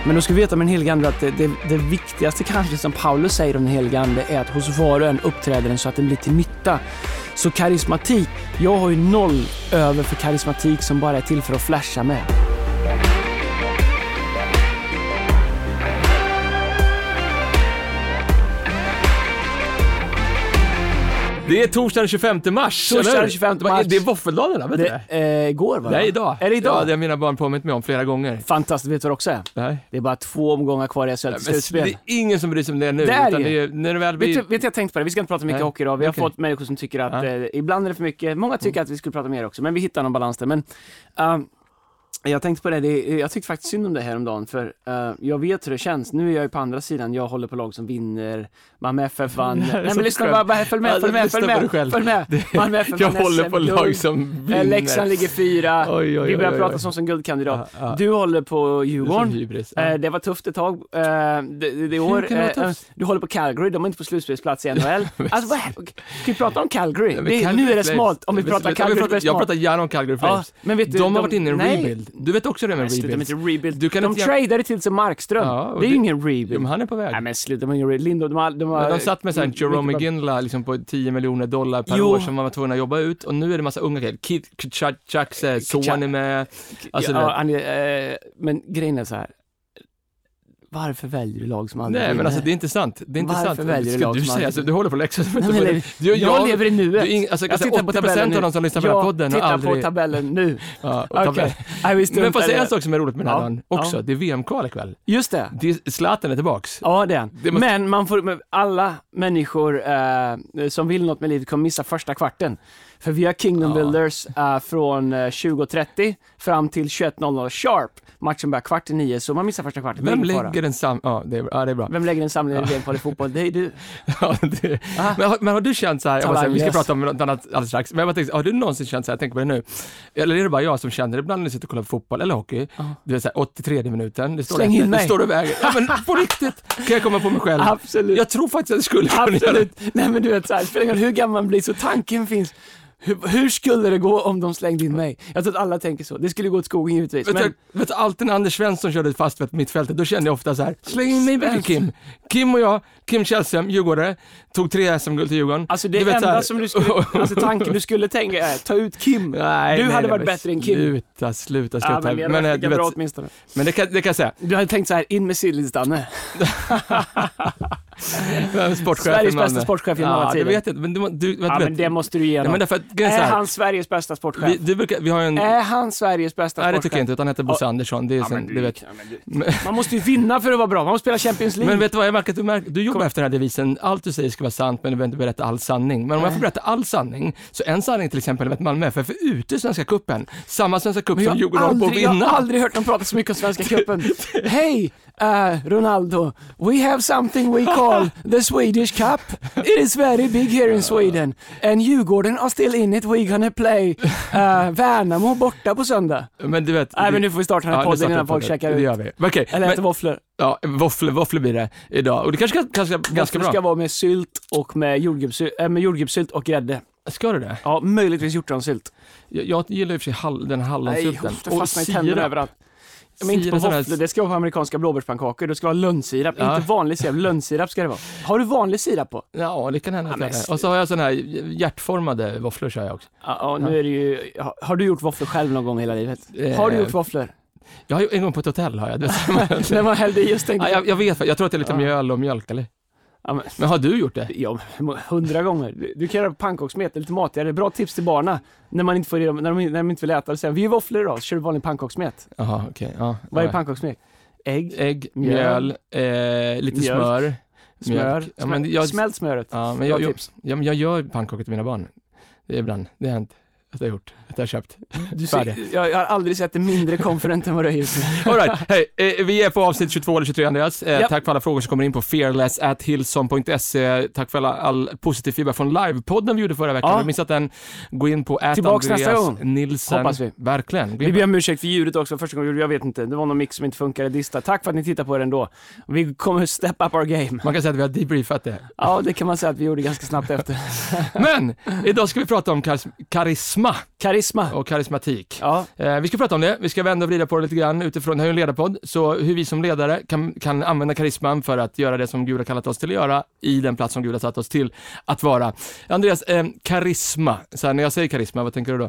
Men då ska vi veta om en helig ande att det viktigaste kanske som Paulus säger om den heliga ande är att hos var och en uppträder den så att den blir till nytta. Så karismatik, jag har ju 0 över för karismatik som bara är till för att flasha med. Det är torsdagen 25 mars. Torsdagen 25 mars. Det är våffeldagen, vet du det? Igår va? Nej, idag. Är det idag? Ja, det har mina barn påminnit mig om flera gånger. Fantastiskt, vet du vad det också är? Nej. Det är bara 2 omgångar kvar i slutspel. Det är ingen som bryr sig om det nu. Det är utan det. Det är, när det väl blir... Vet jag tänkt på det, vi ska inte prata mycket hockey idag. Vi har fått människor som tycker att ibland är det för mycket. Många tycker att vi skulle prata mer också, men vi hittar någon balans där. Men jag tänkte på jag tyckte faktiskt synd om det här om dagen, för jag vet hur det känns. Nu är jag ju på andra sidan, jag håller på lag som vinner. Malmö FF vann. Nej men lyssna, bara följ med. Malmö FF jag håller på lag som vinner. Leksand ligger 4. Vi börjar prata som guldkandidat. Du håller på Djurgården. Det var tufft ett tag. Det år. Du håller på Calgary, de är inte på slutspelsplats i NHL. Alltså kan vi prata om Calgary? Nu är det smalt om vi pratar Calgary. Jag pratar gärna om Calgary Flames. Men vet du, de har varit inne i en rebuild. Du vet också det med rebuild. De tradade till sig Markström. Det är ju ingen rebuild. Men han är på väg. Nej men sluta, de satt med såhär Jerome McGinley liksom på $10 miljoner per år som man var tvungen att jobba ut, och nu är det massa unga killar. Kid Kachaks son är med. Alltså men grejen är så här. Varför väljer du lag som aldrig vinner? Nej, men alltså det är inte sant. Det är inte Varför sant. väljer du lag du som säga aldrig du håller på Leksand. Jag lever i nuet. Jag tittar på 80% av de som lyssnar på den här podden jag aldrig... på tabellen nu. Okay. Men får säga en sak som är roligt med den här dagen också. Det är VM-kval ikväll. Just det. Zlatan är tillbaks. Ja, det är han. Men man får, alla människor som vill något med livet kommer missa första kvarten. För vi har Kingdom Builders från 20:30 fram till 21:00 sharp. Matchen börjar 8:45, så man missar första kvarten. Vem lägger en samling? Det är bra. Vem lägger en samling i VM-kval i fotboll? Det är du. Men har du känt så här, vi ska prata om något annat alldeles strax, men jag bara tänkte, har du någonsin känt så här, jag tänker på det nu, eller är det bara jag som känner det ibland när jag sitter och kollar på fotboll eller hockey, det är så här 83 minuten, det står och väger. Ja, men på riktigt kan jag komma på mig själv. Absolut. Jag tror faktiskt att det skulle kunna. Absolut. Nej men du vet så här, spelar ingen roll hur gammal man blir, så tanken finns. Hur skulle det gå om de slängde in mig? Jag tror att alla tänker så. Det skulle gå åt skogen givetvis. Vet du, alltid när Anders Svensson körde fast vid mittfältet, då kände jag ofta så här: släng in mig med Kim. Kim och jag, Kim Källström, Djurgårdare, tog 3 SM-guld till Djurgården. Alltså det enda som du skulle, alltså tanken du skulle tänka är, ta ut Kim. Du hade varit bättre än Kim. Sluta. Ja, men du vet, bra åtminstone. Men det kan jag säga. Du hade tänkt så här, in med Sillistanne. Sveriges bästa sportchef genom alla tider. Det vet jag, men men det måste du ge. Är han Sveriges bästa sportchef? Är han Sveriges bästa sportchef? Nej, det tycker jag inte, utan han heter Bosse Andersson. Det är man måste ju vinna för att vara bra. Man måste spela Champions League. Men vet du vad, jag märker att du jobbar efter den här devisen. Allt du säger ska vara sant, men du behöver inte berätta all sanning. Men om jag får berätta all sanning, så en sanning till exempel, att Malmö FF är ute i Svenska cupen. Samma Svenska cup som Djurgården håller på att vinna. Jag har aldrig hört dem prata så mycket om Svenska cupen. Hej, Ronaldo. We have something we call the Swedish Cup. It is very big here in Sweden. And Djurgården are still in it. We're gonna play Värnamo borta på söndag. Men du vet... Nej, men nu får vi starta den här podden innan folk checkar ut. Det gör vi. Okay, eller äter våfflor. Ja, våfflor blir det idag. Och det kanske ganska bra. Det ska vara med sylt och med jordgubbssylt och grädde. Ska du det? Ja, möjligtvis hjortronsylt. Jag gillar ju för sig den hallonsylten. Nej, fastnar i tänderna överallt. Men inte på våfflor, det ska vara amerikanska blåbärspannkakor. Det ska vara lönnsirap, inte vanlig sirap. Lönnsirap ska det vara. Har du vanlig sirap på? Ja, det kan hända. Och så har jag såna här hjärtformade våfflor, kör jag också. Ja, nu är det ju... Har du gjort våfflor själv någon gång i hela livet? Har du gjort våfflor? Jag har en gång på ett hotell, har jag. När man hällde just tänkte... Jag vet, jag tror att det är lite mjöl och mjölk, eller? Ja, men har du gjort det? Ja, 100 gånger. Du kan göra pannkakssmet, lite matigare. Bra tips till barna när man inte får det, när de inte vill äta. Sen vi är våfflor idag, så kör du vanlig pannkakssmet. Jaha, okej. Ja. Vad är pannkakssmet? Ägg, mjöl, lite smör. Ja, men smält smöret. Ja, men jag gör pannkakor till mina barn. Det är ibland, det har hänt. Att jag har gjort, att jag har köpt. Jag har aldrig sett det mindre confident än vad du har gjort. All right. Hej, vi är på avsnitt 22 eller 23, Andreas. Tack för alla frågor som kommer in på fearless@hillson.se. Tack för all positiv feedback från livepodden vi gjorde förra veckan. Har du missat den? Gå in på Andreas Nilsson. Hoppas vi. Verkligen. Vi ber om ursäkt för ljudet också. Första gången jag vet inte. Det var någon mix som inte funkade. Dista. Tack för att ni tittar på det ändå. Vi kommer step up our game. Man kan säga att vi har debriefat det. Ja, det kan man säga att vi gjorde ganska snabbt efter. Men idag ska vi prata om karisma. Karisma och karismatik. Ja. Vi ska prata om det. Vi ska vända och vrida på det lite grann utifrån det här är en ledarpodd. Så hur vi som ledare kan använda karisman för att göra det som Gud har kallat oss till att göra i den plats som Gud har satt oss till att vara. Andreas, karisma. Så här, när jag säger karisma, vad tänker du då?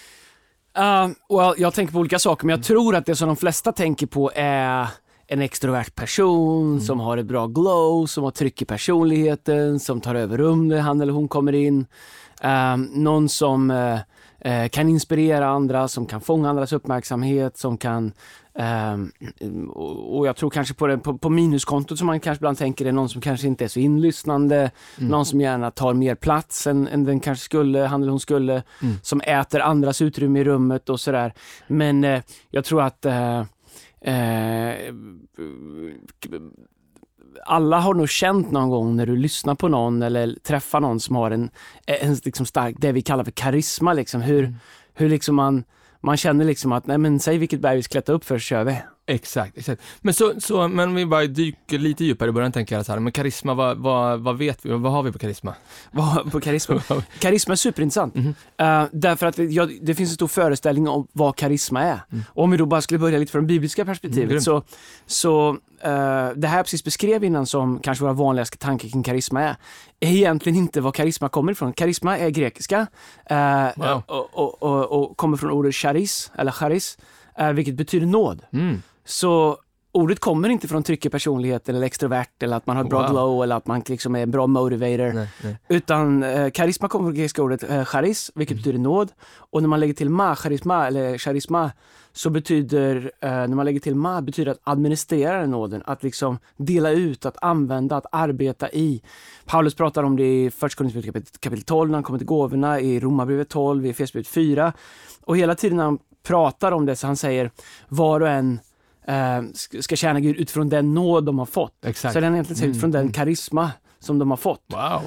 Jag tänker på olika saker, men jag tror att det som de flesta tänker på är en extrovert person som har ett bra glow, som har tryck i personligheten, som tar över rum när han eller hon kommer in. Någon som kan inspirera andra, som kan fånga andras uppmärksamhet, som kan och jag tror kanske på minuskontot som man kanske ibland tänker är någon som kanske inte är så inlyssnande, någon som gärna tar mer plats än den kanske skulle, han eller hon skulle, som äter andras utrymme i rummet och sådär. Men jag tror att alla har nog känt någon gång när du lyssnar på någon eller träffar någon som har en liksom stark, det vi kallar för karisma liksom, hur liksom man känner liksom att nej men säg vilket berg vi ska klättra upp för, så kör vi. Exakt. Men vi bara dyker lite djupare i början, tänker jag så här. Men karisma, vad vet vi? Vad har vi på karisma? Karisma är superintressant. Därför att det finns en stor föreställning om vad karisma är. Och om vi då bara skulle börja lite från det bibliska perspektivet så det här jag precis beskrev innan som kanske våra vanligaste tankar kring karisma är egentligen inte vad karisma kommer ifrån. Karisma är grekiska och kommer från ordet charis, eller charis, vilket betyder nåd. Så ordet kommer inte från tryck i personligheten eller extrovert eller att man har ett bra glow eller att man liksom är en bra motivator. Nej. Utan karisma kommer från grekiska ordet charis, vilket betyder nåd. Och när man lägger till charisma eller charisma, så betyder när man lägger till betyder att administrera den nåden, att liksom dela ut, att använda, att arbeta i. Paulus pratar om det i Första Korinthierbrevet kapitel 12 när han kommer till gåvorna, i Romarbrevet 12, i Efesierbrevet 4. Och hela tiden när han pratar om det så han säger var och en ska tjäna Gud utifrån den nåd de har fått. Exakt. Så den egentligen ser utifrån den karisma som de har fått.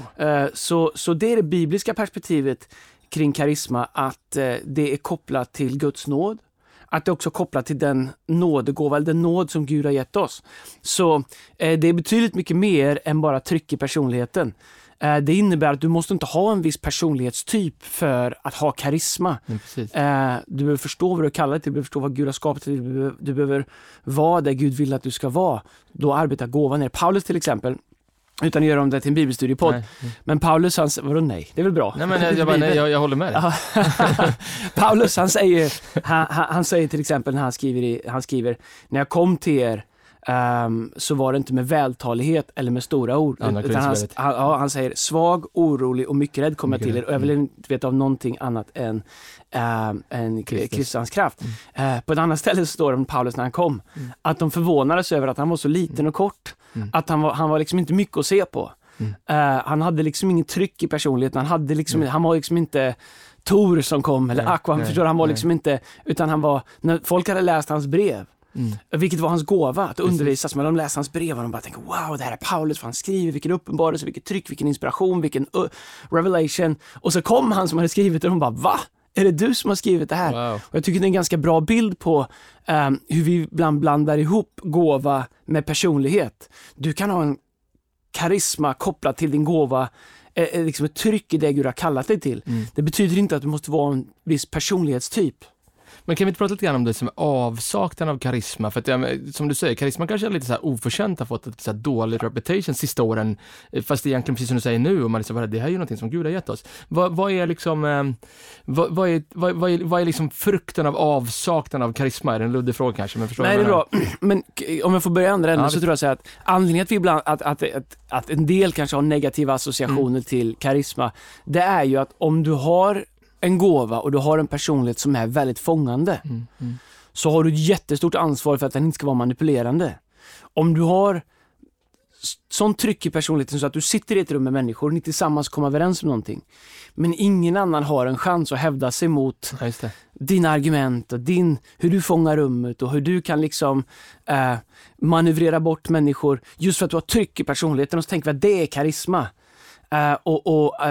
Så det är det bibliska perspektivet kring karisma, att det är kopplat till Guds nåd. Att det också är kopplat till den nådegåva, eller den nåd som Gud har gett oss. Så det är betydligt mycket mer än bara tryck i personligheten. Det innebär att du måste inte ha en viss personlighetstyp för att ha karisma. Du behöver förstå vad du kallar det till, du behöver förstå vad Gud har skapat till, du behöver vara där Gud vill att du ska vara. Då arbetar gåvan ner. Paulus till exempel, utan att göra om det till en bibelstudiepodd. Men Paulus, nej, det är väl bra. Nej, men jag håller med dig. Paulus, han säger till exempel när han skriver när jag kom till er så var det inte med vältalighet eller med stora ord. Utan han säger svag, orolig och mycket rädd kommer jag till er. Och jag vill inte veta av någonting annat än Kristians kraft. På ett annat ställe så står det om Paulus när han kom att de förvånades över att han var så liten och kort. Att han var liksom inte mycket att se på. Han hade liksom ingen tryck i personligheten. Han var liksom inte Tor som kom eller Aqua, förstår, han var liksom inte, utan han var, när folk hade läst hans brev, vilket var hans gåva att undervisas, men de läste hans brev och de bara tänkte wow, det här är Paulus, för han skriver, vilken uppenbarelse, vilket tryck, vilken inspiration, vilken revelation, och så kom han som hade skrivit och de bara va? Är det du som har skrivit det här? Wow. Och jag tycker det är en ganska bra bild på hur vi ibland blandar ihop gåva med personlighet. Du kan ha en karisma kopplat till din gåva, liksom ett tryck i det Gud har kallat dig till. Det betyder inte att du måste vara en viss personlighetstyp. Men kan vi inte prata lite grann om det som är avsaknaden av karisma? För att, som du säger, karisma kanske är lite så här oförtjänt, har fått ett så här dåligt reputation sista åren. Fast egentligen precis som du säger nu, och man liksom, det här är ju någonting som Gud har gett oss. Vad är liksom vad är liksom frukten av avsaknaden av karisma? Är det en luddig fråga kanske? Men förstår. Nej, det är bra. Men om jag får börja andra änden så tror jag så att anledningen till ibland att en del kanske har negativa associationer till karisma, det är ju att om du har en gåva och du har en personlighet som är väldigt fångande, så har du ett jättestort ansvar för att den inte ska vara manipulerande. Om du har sånt tryck i personligheten så att du sitter i ett rum med människor och ni tillsammans kommer överens om någonting, men ingen annan har en chans att hävda sig mot dina argument och hur du fångar rummet och hur du kan liksom manövrera bort människor just för att du har tryck i personligheten, och så tänker vi att det är karisma.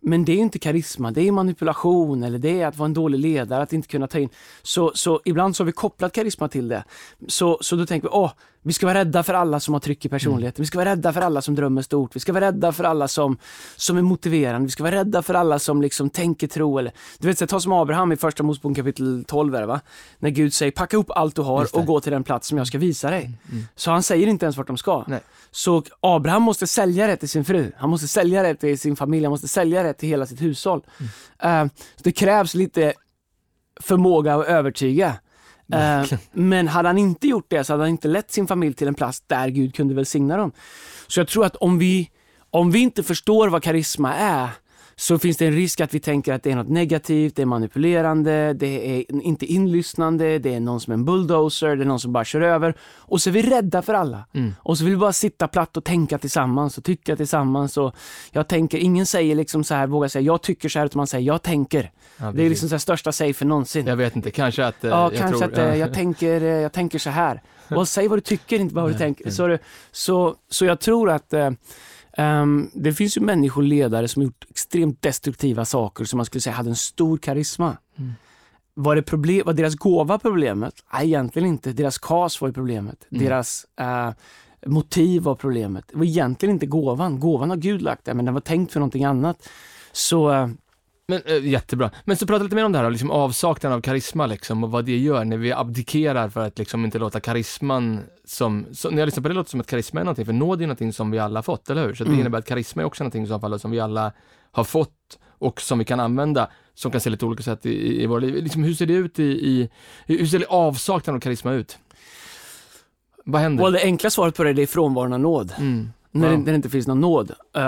Men det är inte karisma, det är manipulation eller det är att vara en dålig ledare, att inte kunna ta in. Så ibland så har vi kopplat karisma till det. Så då tänker vi, vi ska vara rädda för alla som har tryck i personligheten. Vi ska vara rädda för alla som drömmer stort. Vi ska vara rädda för alla som är motiverande. Vi ska vara rädda för alla som liksom tänker tro. Eller, du vet, ta som Abraham i första Mosebok kapitel 12, va? När Gud säger, packa upp allt du har och gå till den plats som jag ska visa dig. Så han säger inte ens vart de ska. Nej. Så Abraham måste sälja det till sin fru. Han måste sälja det till sin familj. Han måste sälja det till hela sitt hushåll. Det krävs lite förmåga att övertyga. Men hade han inte gjort det så hade han inte lett sin familj till en plats där Gud kunde välsigna dem. Så jag tror att om vi inte förstår vad karisma är, så finns det en risk att vi tänker att det är något negativt, det är manipulerande, det är inte inlyssnande, det är någon som är en bulldozer, det är någon som bara kör över. Och så är vi rädda för alla. Och så vill vi bara sitta platt och tänka tillsammans och tycka tillsammans. Och jag tänker, ingen säger liksom så här, vågar säga jag tycker så här, utan man säger jag tänker. Ja, det är liksom så här största safe någonsin. Jag vet inte, kanske att jag tänker så här. Och säg vad du tycker, inte vad du tänker. Så jag tror att det finns ju människor, ledare som gjort extremt destruktiva saker som man skulle säga hade en stor karisma. Var deras gåva problemet? Nej, egentligen inte. Deras kas var ju problemet. Deras motiv var problemet. Det var egentligen inte gåvan. Gåvan har Gud lagt där, men den var tänkt för någonting annat. Så... Men, jättebra. Men så prata lite mer om det här, liksom avsaknaden av karisma liksom, och vad det gör när vi abdikerar för att liksom inte låta karisman när jag lyssnar på det låter som att karisma är någonting, för nåd är någonting som vi alla har fått, eller hur? Så det innebär att karisma är också någonting som vi alla har fått och som vi kan använda, som kan se lite olika sätt i våra liv. Liksom, hur ser det ut hur ser det avsaknaden av karisma ut? Vad händer? Det enkla svaret på det är frånvaron av nåd. När det inte finns någon nåd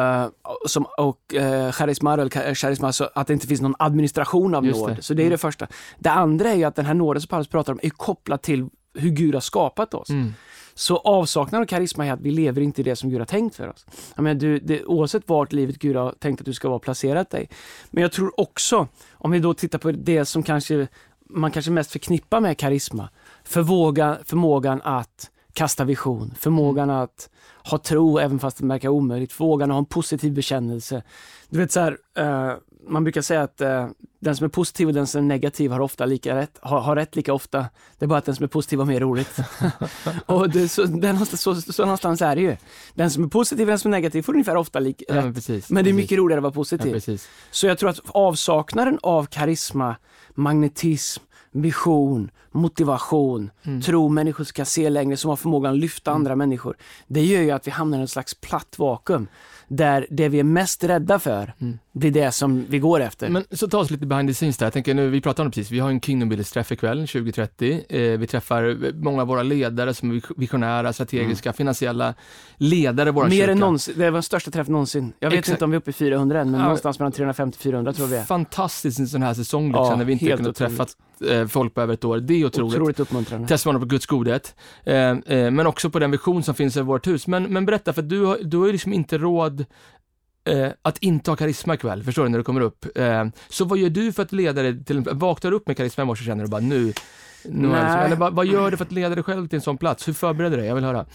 charisma, så att det inte finns någon administration av nåd. Så det är det första. Det andra är ju att den här nåden som Paulus pratar om är kopplad till hur Gud har skapat oss. Så avsaknaden av karisma är att vi lever inte i det som Gud har tänkt för oss. Jag menar, oavsett vart livet Gud har tänkt att du ska vara placerat dig. Men jag tror också, om vi då tittar på det som man kanske mest förknippar med karisma, förmågan att kasta vision, förmågan att ha tro även fast det verkar omöjligt, förmågan att ha en positiv bekännelse. Du vet så här, man brukar säga att den som är positiv och den som är negativ har ofta lika rätt, har rätt lika ofta. Det är bara att den som är positiv har mer roligt. Och så någonstans är det ju. Den som är positiv och den som är negativ får ungefär ofta lika rätt. Men det är mycket roligare att vara positiv. Ja, så jag tror att avsaknaden av karisma, magnetism, vision, motivation, tro människor ska se längre, som har förmågan att lyfta andra människor. Det gör ju att vi hamnar i en slags platt vakuum där det vi är mest rädda för blir det som vi går efter. Men så ta oss lite behind the scenes där. Jag tänker nu, vi pratar om det precis, vi har en Kingdom Builders träff ikväll 2030. Vi träffar många av våra ledare som är visionära, strategiska, finansiella ledare i våra mer kyrka. Än någonsin, det var den största träff någonsin. Jag vet inte om vi är uppe i 400 än, men någonstans mellan 350-400 tror vi är. Fantastiskt en sån här säsong liksom, när vi inte kunnat träffa folk på över ett år. Det är otroligt uppmuntrande. Testimonier på Guds godhet. Men också på den vision som finns i vårt hus. Men berätta, för du har ju liksom inte råd att inte ha karisma ikväll, förstår du, när du kommer upp. Så vad gör du för att leda dig vaknar upp med karisma i morse och känner du bara nu eller vad gör du för att leda dig själv till en sån plats? Hur förbereder du dig? Jag vill höra.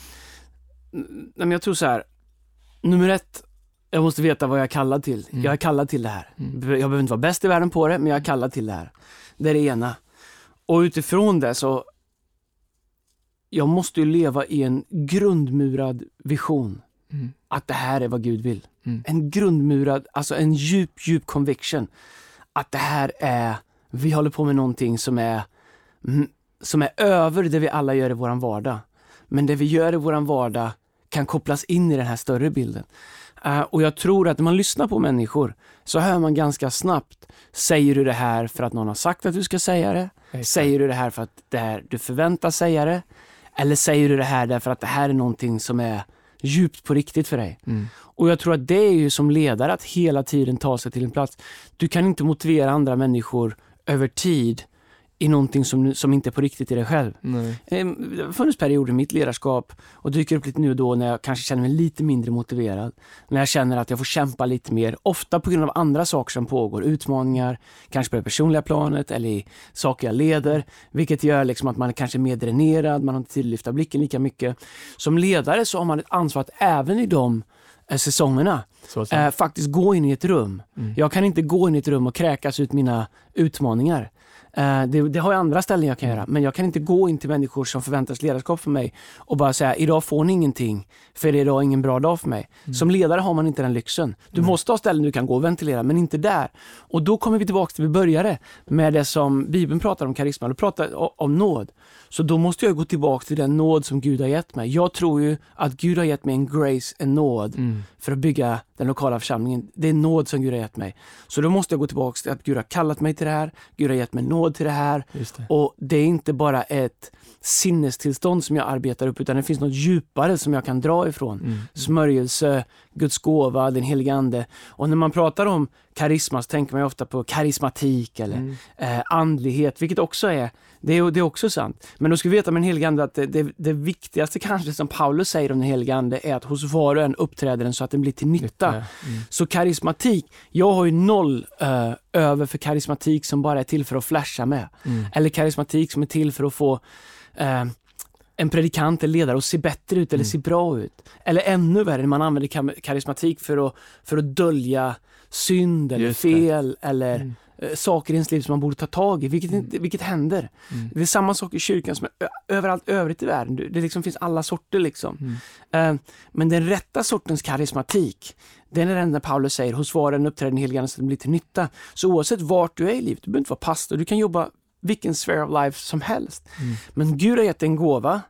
Men jag tror så här, nummer 1, jag måste veta vad jag är kallad till. Jag är kallad till det här. Jag behöver inte vara bäst i världen på det, men jag är kallad till det här. Det är det ena. Och utifrån det så jag måste ju leva i en grundmurad vision. Att det här är vad Gud vill. En grundmurad, alltså en djup conviction. Att det här är, vi håller på med någonting som är över det vi alla gör i våran vardag. Men det vi gör i våran vardag kan kopplas in i den här större bilden. Och jag tror att när man lyssnar på människor så hör man ganska snabbt, säger du det här för att någon har sagt att du ska säga det? Säger du det här för att det här du förväntas säga det? Eller säger du det här därför att det här är någonting som är djupt på riktigt för dig? Och jag tror att det är ju som ledare att hela tiden ta sig till en plats. Du kan inte motivera andra människor över tid i någonting som inte är på riktigt i dig själv. Det har funnits perioder i mitt ledarskap och dyker upp lite nu och då när jag kanske känner mig lite mindre motiverad. När jag känner att jag får kämpa lite mer. Ofta på grund av andra saker som pågår. Utmaningar, kanske på det personliga planet eller i saker jag leder. Vilket gör liksom att man är kanske mer dränerad, man har inte tid att lyfta blicken lika mycket. Som ledare så har man ett ansvar att även i de säsongerna. Faktiskt gå in i ett rum. Jag kan inte gå in i ett rum och kräkas ut mina utmaningar. Det har jag andra ställen jag kan göra, men jag kan inte gå in till människor som förväntas ledarskap för mig och bara säga, idag får ni ingenting för det är idag ingen bra dag för mig. Som ledare har man inte den lyxen. Du måste ha ställen du kan gå och ventilera, men inte där. Och då kommer vi tillbaka till vi började med det som Bibeln pratar om karisma, och pratar om nåd. Så då måste jag gå tillbaka till den nåd som Gud har gett mig. Jag tror ju att Gud har gett mig en grace, en nåd för att bygga den lokala församlingen. Det är nåd som Gud har gett mig. Så då måste jag gå tillbaka till att Gud har kallat mig till det här. Gud har gett mig nåd till det här. Och det är inte bara ett sinnestillstånd som jag arbetar upp, utan det finns något djupare som jag kan dra ifrån. Smörjelse, Guds gåva, den heliga ande. Och när man pratar om karisma så tänker man ju ofta på karismatik eller andlighet, vilket också är det är också sant. Men då ska vi veta med den heliga ande att det viktigaste kanske som Paulus säger om den heliga ande är att hos var och en uppträder den så att den blir till nytta. Så karismatik, jag har ju noll över för karismatik som bara är till för att flasha med. Eller karismatik som är till för att få en predikant eller ledare att se bättre ut eller se bra ut. Eller ännu värre när man använder karismatik för att dölja synd eller fel eller saker i ens liv som man borde ta tag i, vilket händer. Det är samma sak i kyrkan som överallt övrigt i världen. Det liksom finns alla sorter liksom. Men den rätta sortens karismatik, den är den där Paulus säger, hos var en uppträden helig ande som blir till nytta. Så oavsett vart du är i livet, du behöver inte vara pastor, du kan jobba vilken sphere of life som helst. Men Gud har gett en gåva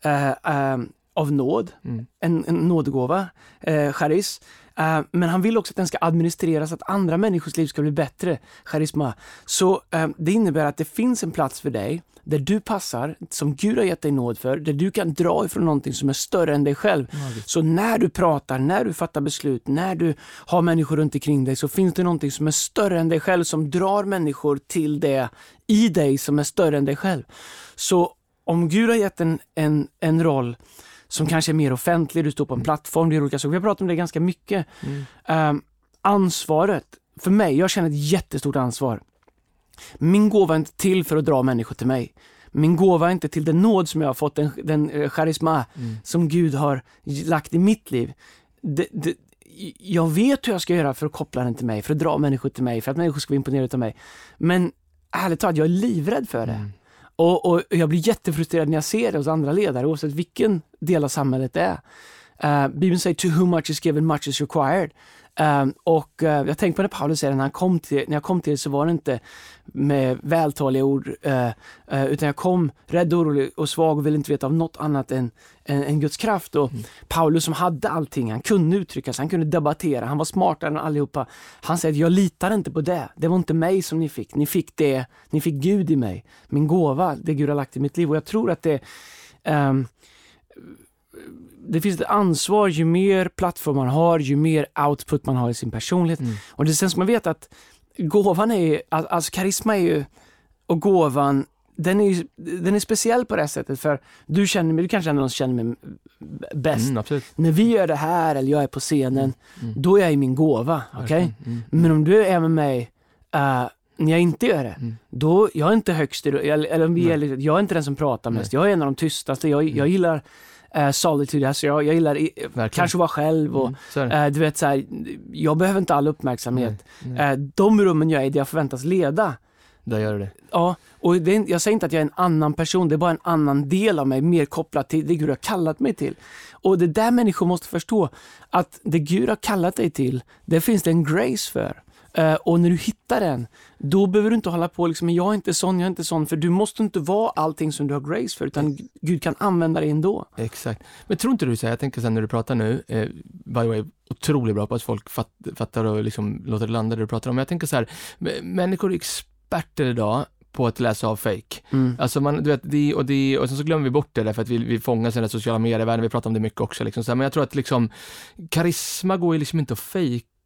av nåd, en nådegåva, charis. Men han vill också att den ska administreras, att andra människors liv ska bli bättre, charisma. Så det innebär att det finns en plats för dig där du passar, som Gud har gett dig nåd för, där du kan dra ifrån någonting som är större än dig själv. Så när du pratar, när du fattar beslut, när du har människor runt omkring dig, så finns det någonting som är större än dig själv, som drar människor till det i dig som är större än dig själv. Så om Gud har gett en roll som kanske är mer offentlig, du står på en plattform, det är olika saker. Vi har pratat om det ganska mycket. Ansvaret, för mig, jag känner ett jättestort ansvar. Min gåva är inte till för att dra människor till mig. Min gåva är inte till den nåd som jag har fått, den charisma som Gud har lagt i mitt liv. Jag vet hur jag ska göra för att koppla den till mig, för att dra människor till mig, för att människor ska vara imponerade av mig. Men ärligt talat, jag är livrädd för det. Och jag blir jättefrustrerad när jag ser det hos andra ledare, oavsett vilken del av samhället det är. Bibeln säger, to whom much is given, much is required. Och jag tänkte på när Paulus säger, när jag kom till det så var det inte med vältaliga ord, utan jag kom rädd, orolig och svag och ville inte veta av något annat än Guds kraft. Och Paulus som hade allting, han kunde uttrycka sig, han kunde debattera, han var smartare än allihopa. Han säger, jag litar inte på det var inte mig som ni fick Gud i mig, min gåva, det Gud har lagt i mitt liv. Och jag tror att det finns ett ansvar, ju mer plattform man har, ju mer output man har i sin personlighet. Och det känns som man vet att gåvan är, alltså karisma är ju, och gåvan, den är speciell på det sättet, för du kanske känner någon som känner mig bäst. När vi gör det här, eller jag är på scenen, då är jag i min gåva, okej? Men om du är med mig när jag inte gör det, då jag är inte högst, eller om vi är, jag är inte den som pratar mest, jag är en av de tystaste, jag gillar solitude, alltså jag gillar kanske vara själv och du vet så här, jag behöver inte all uppmärksamhet. De rummen jag är där jag förväntas leda, där gör du det. Ja, och jag säger inte att jag är en annan person, det är bara en annan del av mig, mer kopplat till det Gud har kallat mig till. Och det där människor måste förstå, att det Gud har kallat dig till, det finns det en grace för. Och när du hittar den, då behöver du inte hålla på liksom, jag är inte sån, för du måste inte vara allting som du har grace för, utan Gud kan använda dig ändå. Exakt. Men tror inte du så här, jag tänker sen när du pratar nu, by the way, otroligt bra på att folk fattar och liksom låter det landa det du pratar om. Men jag tänker så här, människor är experter idag på att läsa av fake. Alltså du vet, och sen så glömmer vi bort det därför att vi fångar sina sociala medier, vi pratar om det mycket också liksom, så här, men jag tror att liksom karisma går ju liksom inte att fake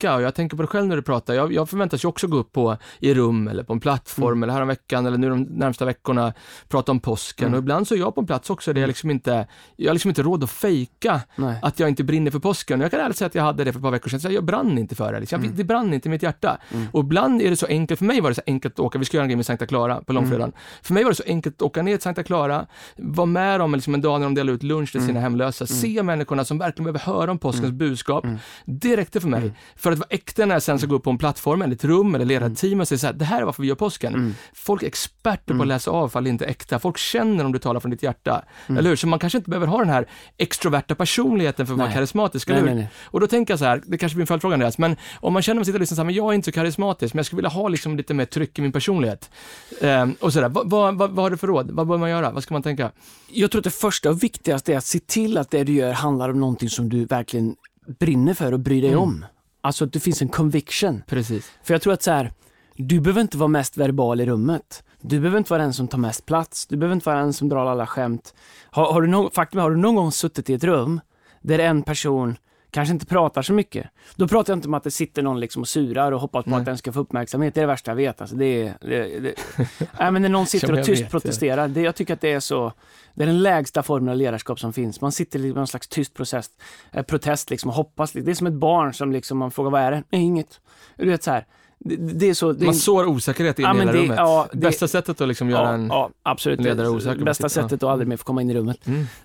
fejka, och jag tänker på det själv när du pratar. Jag förväntas ju också gå upp i rum eller på en plattform eller här en veckan eller nu de närmsta veckorna prata om påsken, och ibland så är jag på en plats också där jag har liksom inte råd att fejka att jag inte brinner för påsken. Och jag kan ärligt säga att jag hade det för ett par veckor sedan, så jag brann inte för det. Liksom. Det brann inte i mitt hjärta. Och ibland är det så enkelt, för mig var det så enkelt att åka, vi ska göra en grej med Santa Clara på långfredagen. För mig var det så enkelt att åka ner till Santa Clara, vara med dem liksom en dag när de delar ut lunch till sina hemlösa, se människorna som verkligen behöver höra om påskens budskap. Det räckte för mig. För att vara äkta när jag sen ska gå upp på en plattform eller ett rum eller leda ett team och säga så här, det här är varför vi gör påsken. Folk är experter på att läsa av fall det inte är äkta. Folk känner om du talar från ditt hjärta. Eller hur? Så man kanske inte behöver ha den här extroverta personligheten för att vara karismatisk. Eller hur? Och då tänker jag så här, det kanske blir en följdfråga Andreas, men om man känner mig sitta och lyssna så här, men jag är inte så karismatisk, men jag skulle vilja ha liksom lite mer tryck i min personlighet. Och sådär, vad har du för råd? Vad bör man göra? Vad ska man tänka? Jag tror att det första och viktigaste är att se till att det du gör handlar om någonting som du verkligen brinner för och bryr dig om. Alltså att det finns en conviction. Precis. För jag tror att så här, du behöver inte vara mest verbal i rummet. Du behöver inte vara den som tar mest plats. Du behöver inte vara den som drar alla skämt. Har du någon gång suttit i ett rum där en person kanske inte pratar så mycket? Då pratar jag inte om att det sitter någon liksom och surar och hoppas på att den ska få uppmärksamhet. Det är det värsta jag vet. Alltså nej, men när någon sitter och tyst protesterar. Jag tycker att det är så. Det är den lägsta formen av ledarskap som finns. Man sitter i någon slags tyst protest liksom och hoppas. Det är som ett barn som liksom, man frågar, vad är det? Nej, inget. Du vet så här. Det är så, man sår osäkerhet in i hela rummet. Bästa sättet att liksom göra en ledare osäker. Bästa sättet att aldrig mer få komma in i rummet.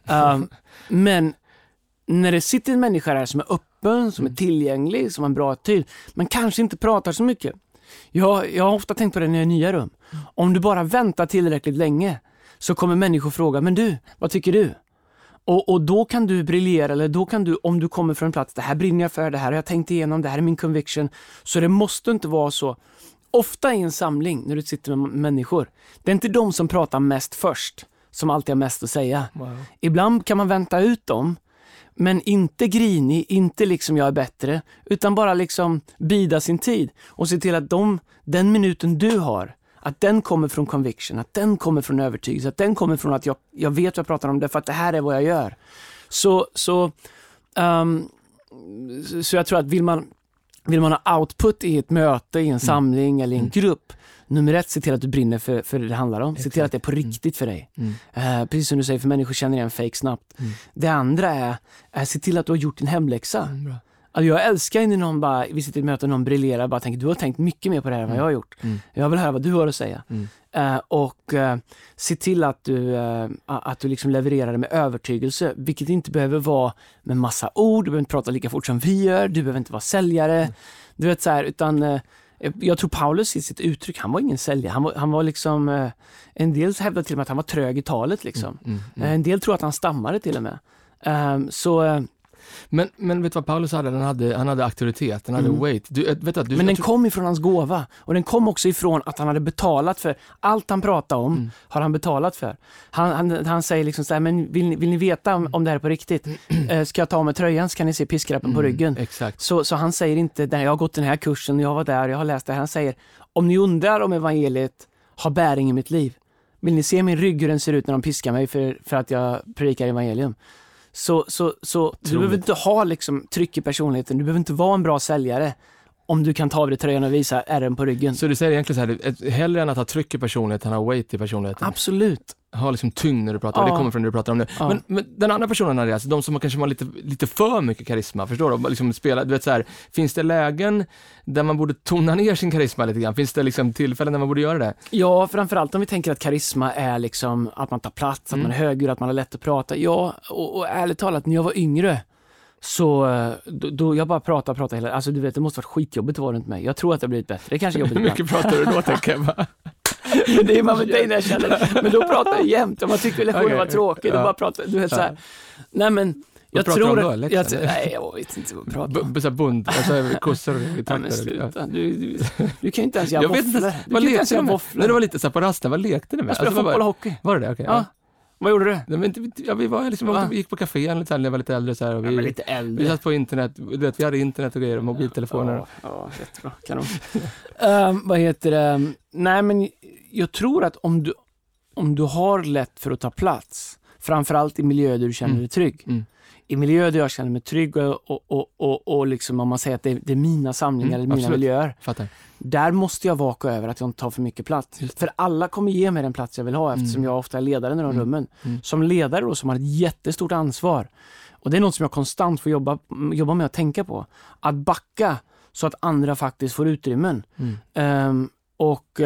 Men när det sitter en människa här som är öppen, som är tillgänglig, som har en bra attityd, men kanske inte pratar så mycket. Jag har ofta tänkt på det när jag är i nya rum. Om du bara väntar tillräckligt länge så kommer människor fråga, men du, vad tycker du? Och då kan du briljera, eller då kan du, om du kommer från en plats, det här brinner jag för, det här har jag tänkt igenom, det här är min conviction. Så det måste inte vara så. Ofta i en samling, när du sitter med människor, det är inte de som pratar mest först som alltid har mest att säga. Wow. Ibland kan man vänta ut dem, men inte grinig, inte liksom jag är bättre, utan bara liksom bida sin tid och se till att den minuten du har, att den kommer från conviction, att den kommer från övertygelse, att den kommer från att jag vet vad jag pratar om det för att det här är vad jag gör. Så jag tror att vill man ha output i ett möte, i en samling eller i en grupp, nummer 1, se till att du brinner för det handlar om. Se till att det är på riktigt för dig. Precis som du säger, för människor känner igen fake snabbt. Det andra är se till att du har gjort din hemläxa. Alltså jag älskar när någon bara, vi sitter i ett möte och någon briljerar, bara tänker, du har tänkt mycket mer på det här än vad jag har gjort. Jag vill höra vad du har att säga. Se till att du liksom levererar det med övertygelse, vilket inte behöver vara med massa ord, du behöver inte prata lika fort som vi gör, du behöver inte vara säljare. Du vet så här, utan jag tror Paulus i sitt uttryck, han var ingen säljare, han var liksom, en del hävdar till och med att han var trög i talet liksom. En del tror att han stammade till och med. Men vet du vad Paulus hade? Han hade auktoritet, han hade weight. Men den kom ifrån hans gåva. Och den kom också ifrån att han hade betalat för allt han pratade om. Har han betalat för. Han säger liksom så här, men vill ni veta om det här är på riktigt? Ska jag ta med tröjan så kan ni se piskrappen på ryggen. Exakt. Så han säger inte, jag har gått den här kursen, jag var där, jag har läst det här. Han säger, om ni undrar om evangeliet har bäring i mitt liv, vill ni se min rygg hur den ser ut när de piskar mig för att jag predikar evangelium? Så du behöver inte ha liksom tryck i personligheten. Du behöver inte vara en bra säljare om du kan ta av dig tröjan och visa ärren på ryggen. Så du säger egentligen så här, hellre än att ha tryck i personligheten, ha weight i personligheten. Absolut. Ha liksom tyngd när du pratar, och det kommer från det du pratar om nu. Men den andra personen är alltså, de som kanske har lite för mycket karisma, förstår du? Liksom spela, du vet så här, finns det lägen där man borde tona ner sin karisma lite grann? Finns det liksom tillfällen där man borde göra det? Ja, framförallt om vi tänker att karisma är liksom att man tar plats, att man är högljudd, att man har lätt att prata. Ja, och ärligt talat, när jag var yngre så då jag bara pratar hela, alltså du vet, det måste varit skitjobbigt att vara runt mig. Jag tror att det har blivit bättre. Det är kanske jobbigt. Hur mycket pratar du då, tänker jag bara? Det är man med dig när jag känner. Men då pratar jag jämt. Om man tycker lektionen var tråkig, då bara pratar du vet så här. Nej, men jag tror att nej, jag vet inte vad jag pratar om. Bund, alltså kossor i takter. Du kan ju inte ens göra våfflor. Vad lekte du med? Det var lite så på rasten, vad lekte du med? Jag spelade fotboll och hockey. Var det okej? Ja. Vad gjorde du? Nej, men vi var liksom, vi gick på café när jag var lite äldre så här, och vi satt på internet, vi hade internet och grejer, mobiltelefoner. Ja, jättebra. Kanon. Vad heter det? Nej, men jag tror att om du har lätt för att ta plats, framförallt i miljöer där du känner dig trygg, i miljö där jag känner mig trygg och liksom om man säger att det är mina samlingar eller mina miljöer. Fattar. Där måste jag vaka över att jag inte tar för mycket plats. För alla kommer ge mig den plats jag vill ha eftersom jag ofta är ledaren i de rummen. Som ledare då, som har ett jättestort ansvar. Och det är något som jag konstant får jobba med att tänka på. Att backa så att andra faktiskt får utrymmen. Och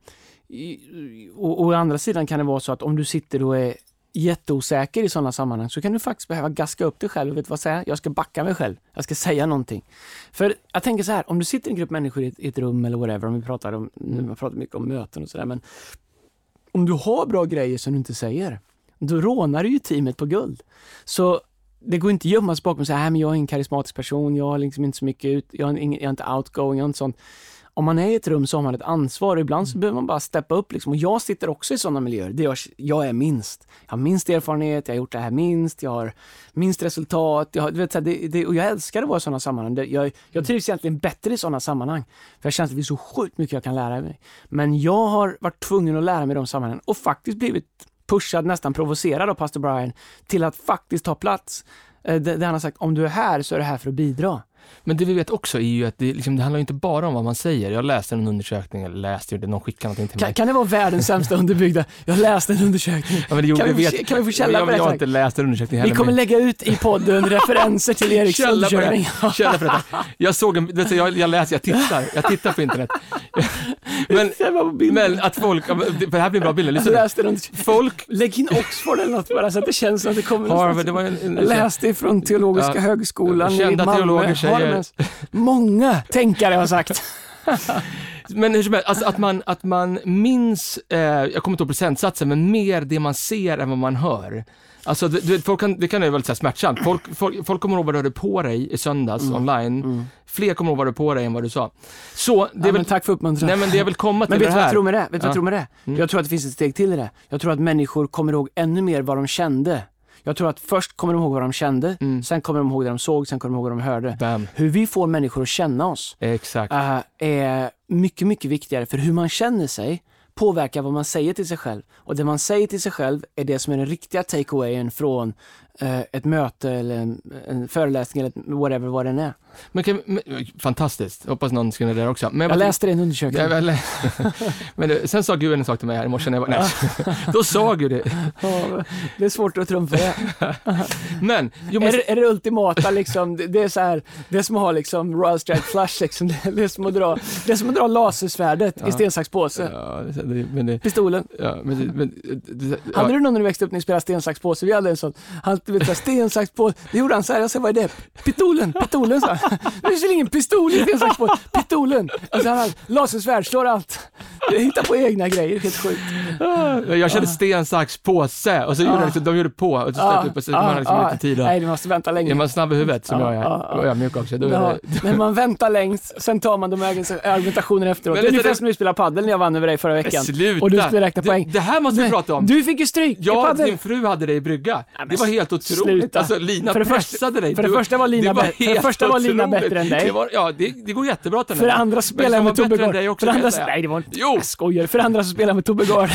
å andra sidan kan det vara så att om du sitter och är jätteosäker i sådana sammanhang så kan du faktiskt behöva gaska upp dig själv och vet vad säga. Jag ska backa mig själv. Jag ska säga någonting. För jag tänker så här, om du sitter i en grupp människor i ett rum eller whatever, om vi pratar mycket om möten och sådär, men om du har bra grejer som du inte säger, då rånar du ju teamet på guld. Så det går inte att gömma sig bakom och säga, men jag är en karismatisk person, jag har liksom inte så mycket jag är inte outgoing, jag har inte sånt. Om man är i ett rum så har man ett ansvar och ibland så behöver man bara steppa upp liksom. Och jag sitter också i sådana miljöer där jag är minst. Jag har minst erfarenhet, jag har gjort det här minst, jag har minst resultat. Och jag älskar att vara i sådana sammanhang. Jag trivs egentligen bättre i sådana sammanhang. För jag känner att det är så sjukt mycket jag kan lära mig. Men jag har varit tvungen att lära mig de sammanhangen och faktiskt blivit pushad, nästan provocerad av Pastor Brian till att faktiskt ta plats. Där han har sagt, om du är här så är det här för att bidra. Men det vi vet också är ju att det handlar ju inte bara om vad man säger. Jag läste en undersökning, någon skickade någonting till mig. Kan det vara världens sämsta underbyggda? Jag läste en undersökning. Ja, men kan vi få källa på det? Jag har inte läst en undersökning heller. Vi kommer lägga ut i podden referenser till Eriks undersökning. Källa på det. Jag såg jag tittar på internet. Men att folk, för det här blir bra bilder. Folk lägg in Oxford eller något bara så att det känns som att det kommer. Jag läste ifrån Teologiska högskolan i Malmö. Många tänkare har sagt. Men hur som helst, alltså att man minns, jag kommer inte ihåg procentsatsen, men mer det man ser än vad man hör. Alltså det kan ju vara lite smärtsamt. Folk kommer ihåg vad du hade på dig i söndags online. Fler kommer ihåg vad du hade på dig än vad du sa. Så det är väl, tack för uppmuntran. Nej, men det jag vill komma till. Men vet du vad jag tror med det? Jag tror att det finns ett steg till i det. Jag tror att människor kommer ihåg ännu mer vad de kände. Jag tror att först kommer de ihåg vad de kände, sen kommer de ihåg det de såg, sen kommer de ihåg vad de hörde. Bam. Hur vi får människor att känna oss är mycket, mycket viktigare. För hur man känner sig påverkar vad man säger till sig själv. Och det man säger till sig själv är det som är den riktiga takeawayen från ett möte eller en föreläsning eller whatever vad den är. Fantastiskt. Hoppas någon skulle det där också. Men jag läste det i en undersökning. Men sen sa Gud en sak till mig här i morse när jag var... Då sa Gud det. Ja, det är svårt att trumfa det. Men... Är det ultimata liksom, det är så här, det är som att ha liksom Royal Strike Flush liksom, det är som att dra lasersvärdet i stensaxpåse. Ja, pistolen. Ja, hade du någon när du växte upp när ni spelade stensaxpåse? Vi hade en sån, stensaxpåse. Det gjorde han så här, jag sa, vad är det? Pitolen så. Det finns väl ingen pistol i stensaxpåse. Pitolen. Alltså han lasersvärd, slår allt. Hittar på egna grejer, helt sjukt. Jag körde stensaxpåse och så gjorde liksom, de gjorde på och så släppte upp och så man hade liksom lite tid. Nej, du måste vänta länge. Är man snabb i huvudet som jag är, och jag är mjuk också. Men man väntar längst, sen tar man de argumentationen efteråt. Det är ungefär som när du spelar paddel när jag vann över dig förra veckan. Sluta. Och du skulle räkna poäng. Det här måste vi prata om. Du fick ju stryk. Ja, din fru hade dig i brygga. Det var helt otroligt. Sluta. Alltså Lina pressade dig. För det första var Lina bättre än dig. Det går jättebra till henne. För det andra spelar jag med Tobbe Gard. Nej, det var inte. Jo, skojar. För det andra så spelar jag med Tobbe Gard.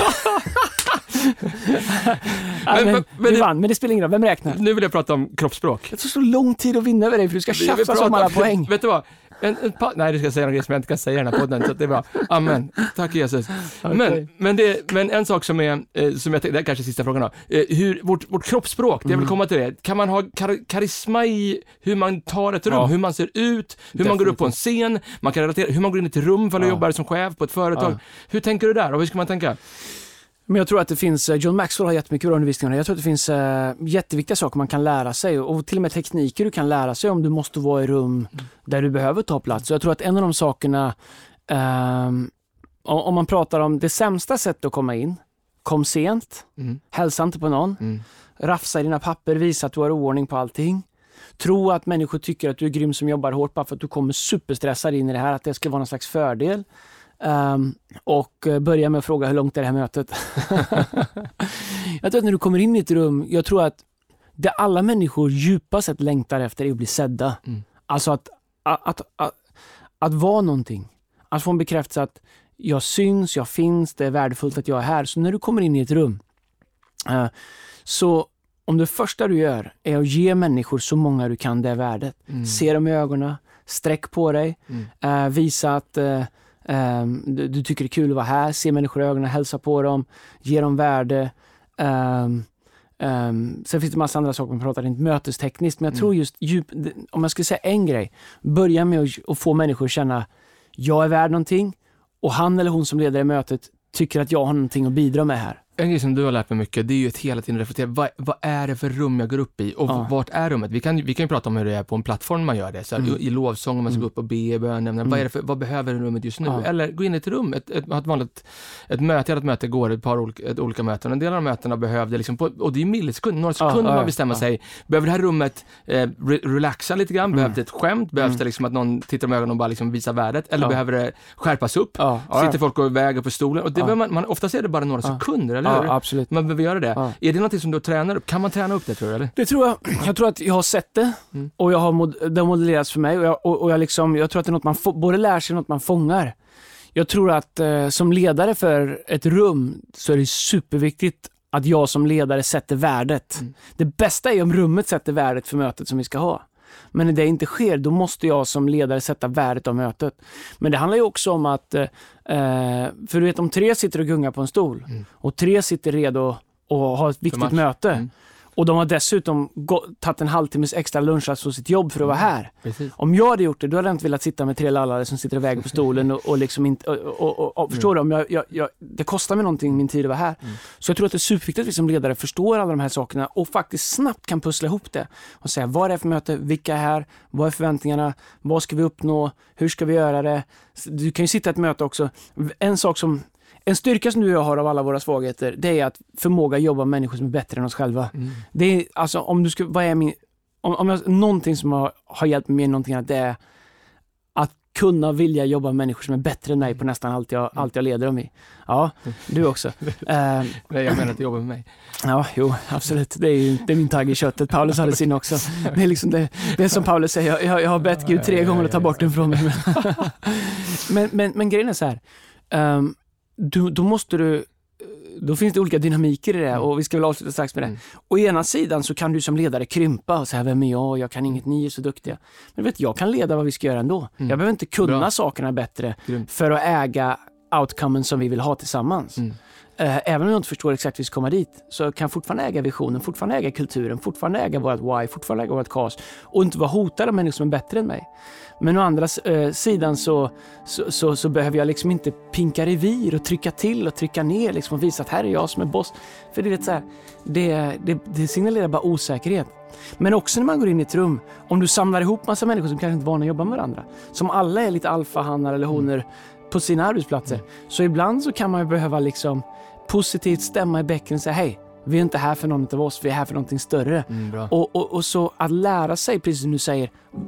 Du vann, men det spelar ingen roll. Vem räknar? Nu vill jag prata om kroppsspråk. Det tar så lång tid att vinna över dig för du ska tjafsa som alla poäng. Vet du vad? Nej, det ska jag säga något som jag inte kan säga i den här podden, så det är bra. Amen. Tack Jesus. Okay. Men en sak som jag tänkte, det är kanske sista frågan då. Vårt kroppsspråk, det vill komma till det. Kan man ha karisma i hur man tar ett rum, hur man ser ut, hur man går upp på en scen, man kan relatera, hur man går in i ett rum för att jobba som chef på ett företag. Hur tänker du där och hur ska man tänka? Men jag tror att det finns, John Maxwell har jättemycket bra undervisning. Jag tror att det finns jätteviktiga saker man kan lära sig och till och med tekniker du kan lära sig om du måste vara i rum där du behöver ta plats. Så jag tror att en av de sakerna, om man pratar om det sämsta sättet att komma in, kom sent, hälsa inte på någon, rafsa i dina papper, visa att du har oordning på allting. Tro att människor tycker att du är grym som jobbar hårt bara för att du kommer superstressad in i det här, att det ska vara någon slags fördel. Och börja med att fråga hur långt är det här mötet. Jag tror att när du kommer in i ett rum, jag tror att det alla människor djupast sett längtar efter är att bli sedda. Alltså att vara någonting. Att få en bekräftelse att jag syns, jag finns, det är värdefullt att jag är här. Så när du kommer in i ett rum så om det första du gör är att ge människor så många du kan det värdet. Se dem i ögonen, sträck på dig, visa att du tycker det är kul att vara här, se människor i ögonen, hälsa på dem, ge dem värde. Sen finns det massa andra saker man pratar inte mötestekniskt, men jag tror just om jag skulle säga en grej, börja med att få människor att känna jag är värd någonting och han eller hon som leder i mötet tycker att jag har någonting att bidra med här. En grej som du har lärt mig mycket, det är ju att hela tiden reflektera, vad är det för rum jag går upp i och vart är rummet? Vi kan ju prata om hur det är på en plattform man gör det, så här, i lovsång om man ska gå upp och be bön, vad behöver rummet just nu? Eller gå in i ett rum, ett möte går ett olika möten. En del av de mötena behövde liksom och det är millisekunder, några sekunder man bestämmer sig. Behöver det här rummet relaxa lite grann? Behöver det ett skämt? Behövs det liksom att någon tittar med ögonen och bara liksom visar värdet? Eller behöver det skärpas upp? Sitter folk och väger på stolen? Och det behöver man oftast är det bara några sekunder. Ja, absolut. Man behöver göra det. Ja. Är det något som du tränar upp? Kan man träna upp det, tror du? Eller? Det tror jag. Jag tror att jag har sett det och det har modellerats för mig och jag tror att det är något man både lär sig och något man fångar. Jag tror att som ledare för ett rum så är det superviktigt att jag som ledare sätter värdet. Det bästa är om rummet sätter värdet för mötet som vi ska ha. Men när det inte sker, då måste jag som ledare sätta värdet av mötet. Men det handlar ju också om att, för du vet, om 3 sitter och gungar på en stol och 3 sitter redo och har ett viktigt möte och de har dessutom tagit en halvtimmes extra lunch på sitt jobb för att vara här. Precis. Om jag hade gjort det, då hade jag inte velat sitta med 3 lallare som sitter och väger på stolen och liksom inte, och förstår du, om det kostar mig någonting min tid att vara här. Så jag tror att det är superviktigt att vi som ledare förstår alla de här sakerna och faktiskt snabbt kan pussla ihop det och säga vad är det för möte, vilka är här, vad är förväntningarna, vad ska vi uppnå, hur ska vi göra det. Du kan ju sitta i ett möte också. En styrka som du och jag har av alla våra svagheter, det är att förmåga att jobba med människor som är bättre än oss själva. Det är alltså, om jag någonting som har hjälpt mig någonting annat, det är att kunna vilja jobba med människor som är bättre än mig på nästan allt jag leder dem i. Ja, du också. Nej, jag menar att jobba med mig. Ja, jo, absolut. Det är min tagg i köttet. Paulus hade sin också. Det är liksom det är som Paulus säger, jag har bett Gud 3 gånger att ta bort den från mig. Men grejen är så här, då finns det olika dynamiker i det och vi ska väl avsluta strax med det. Å ena sidan så kan du som ledare krympa och säga, vem är jag kan inget, ni är så duktiga. Men vet, jag kan leda vad vi ska göra ändå. Jag behöver inte kunna sakerna bättre för att äga outcomen som vi vill ha tillsammans. Även om jag inte förstår exakt hur vi ska komma dit, så kan jag fortfarande äga visionen, fortfarande äga kulturen, fortfarande äga vårt why, fortfarande äga vårt cause och inte vara hotad av människor som är bättre än mig. Men å andra sidan så behöver jag liksom inte pinka revir och trycka till och trycka ner liksom och visa att här är jag som är boss. För det är så här, det signalerar bara osäkerhet. Men också när man går in i ett rum, om du samlar ihop massa människor som kanske inte är vana att jobba med varandra, som alla är lite alfahannar eller honor på sina arbetsplatser, så ibland så kan man ju behöva liksom positivt stämma i bäcken och säga, hej, vi är inte här för någon av oss, vi är här för någonting större. Och så att lära sig, precis som du säger,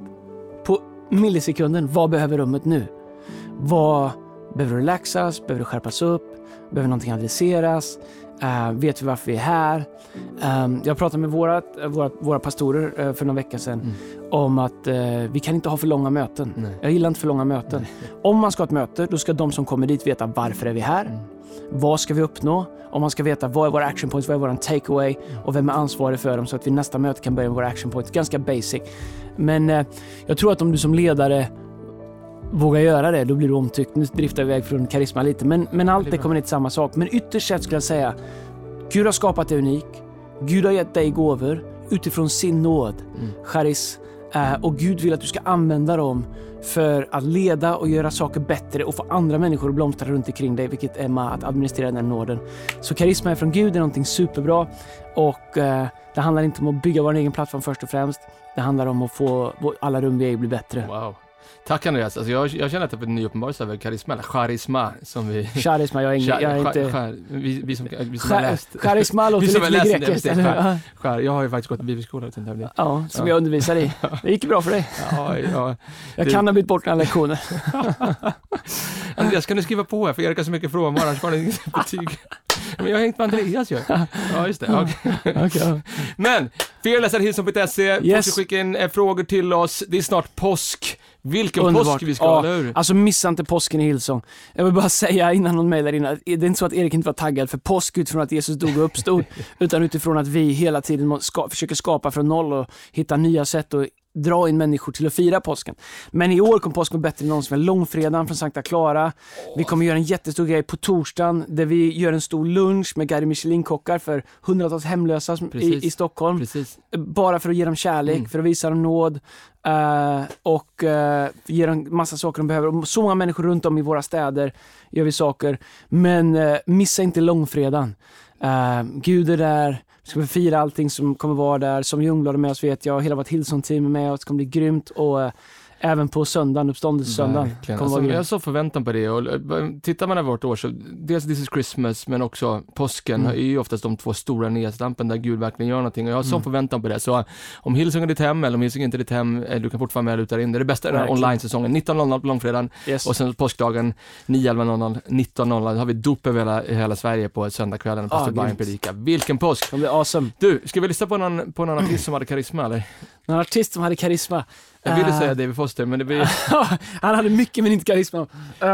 på millisekunden, vad behöver rummet nu? Vad behöver relaxas? Behöver det skärpas upp? Behöver någonting adresseras? Vet vi varför vi är här? Jag pratade med våra pastorer för några veckor sedan om att vi kan inte ha för långa möten. Nej. Jag gillar inte för långa möten. Nej. Om man ska ha ett möte, då ska de som kommer dit veta varför är vi här? Vad ska vi uppnå? Om man ska veta vad är våra action points, vad är våran takeaway och vem är ansvarig för dem, så att vi nästa möte kan börja med våra action points. Ganska basic. Men jag tror att om du som ledare vågar göra det, då blir du omtyckt. Nu driftar vi iväg från karisma lite, men allt det kommer inte samma sak. Men ytterst sett skulle jag säga, Gud har skapat dig unik. Gud har gett dig gåvor utifrån sin nåd, charis, och Gud vill att du ska använda dem för att leda och göra saker bättre och få andra människor att blomstra runt omkring dig, vilket är att administrera den här nåden. Så karisma är från Gud är någonting superbra, och det handlar inte om att bygga vår egen plattform först och främst. Det handlar om att få alla rum vi är bli bättre. Wow. Tack Andreas. Alltså jag känner att det är en ny uppenbarelse över karisma, eller charisma som vi... Charisma, jag är inte... Vi som har läst... Charisma låter lite grekiskt. Jag har ju faktiskt gått i bibelskola. Ja, som jag undervisar i. Det gick bra för dig. Ja. Jag kan ha bytt bort några lektioner. Andreas, kan du skriva på här? För Erik har så mycket frågor, annars får du inget betyg. Men jag har hängt med Andreas ju. Ja, just det. Okay. Men, fearless@hillsong.se. Yes. Skicka in frågor till oss. Det är snart påsk. Vilken påsk vi ska ha, ur. Alltså missa inte påsken i Hillsong. Jag vill bara säga innan någon mejlar in, det är inte så att Erik inte var taggad för påsk utifrån att Jesus dog och uppstod, utan utifrån att vi hela tiden försöker skapa från noll och hitta nya sätt och dra in människor till att fira påsken. Men i år kommer påsken bättre än någonsin, med långfredagen från Sankta Clara. Vi kommer göra en jättestor grej på torsdagen där vi gör en stor lunch med Guide Michelin-kockar för hundratals hemlösa i Stockholm. Precis. Bara för att ge dem kärlek, för att visa dem nåd och ge dem massa saker de behöver. Och så många människor runt om i våra städer gör vi saker. Men missa inte långfredagen. Gud är där. Vi ska fira allting som kommer vara där. Som Ljungblad med oss vet jag. Hela vårt Hillsong-team är med oss. Det kommer bli grymt. Och även på söndagen, uppståndelsesöndagen. Alltså, jag har så förväntan på det. Och tittar man över vårt år så dels This is Christmas men också påsken är ju oftast de två stora nedstampen där Gud verkligen gör någonting. Och jag har så förväntan på det. Så om Hillsong är ditt hem eller om Hillsong inte är ditt hem, du kan fortfarande med luta in. Det är det bästa i den här online-säsongen. 19.00 på långfredagen och sen påskdagen 9.00, 19.00 har vi dop över hela Sverige på söndagskvällen. Pastor Brian predika. Vilken påsk! Det blir awesome. Du, ska vi lyssna på någon artist som hade karisma eller? Någon artist som hade karisma. Jag ville säga David Foster, men det blir... Han hade mycket men inte karisma.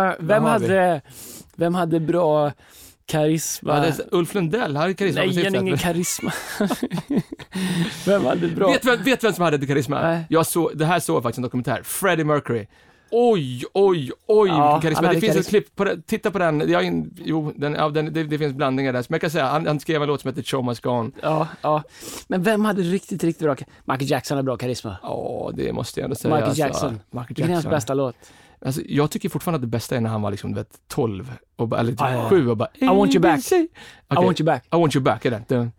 Vem hade bra karisma? Ja, Ulf Lundell hade karisma. Nej, han ingen karisma. Vem hade bra? Vet vem som hade karisma? Nej. Det här såg faktiskt en dokumentär. Freddie Mercury. Oj, karisma. Det finns ett klipp på det. Titta på den. Det finns blandningar där. Men jag kan säga, han skrev en låt som heter Show Must Go On. Ja. Men vem hade riktigt bra? Michael Jackson hade bra karisma. Det måste jag ändå säga. Michael Jackson. Det är hans bästa låt. Alltså, jag tycker fortfarande att det bästa är när han var liksom 12 eller typ 7 och bara I want you back. Okay. I want you back är det.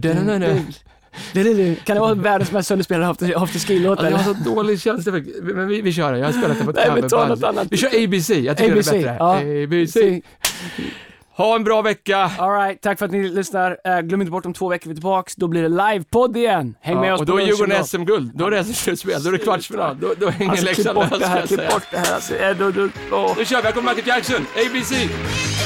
Kan det vara världens mest sönderspelade afterski-låt? Jag har så dålig känsla. Men vi kör det. Jag har spelat det på ett coverband. Vi kör ABC. Jag tycker det är bättre. Ja. ABC. Ha en bra vecka. All right, tack för att ni lyssnar. Glöm inte bort om 2 veckor vi är tillbaka. Då blir det livepodd igen. Häng med oss. Och då är Djurgården SM-guld. Då är det slutspel. Då är det kvartsfinal. Då hänger Leksand lös. Klipp bort det här. Nu kör vi. Här kommer Michael Jackson. ABC.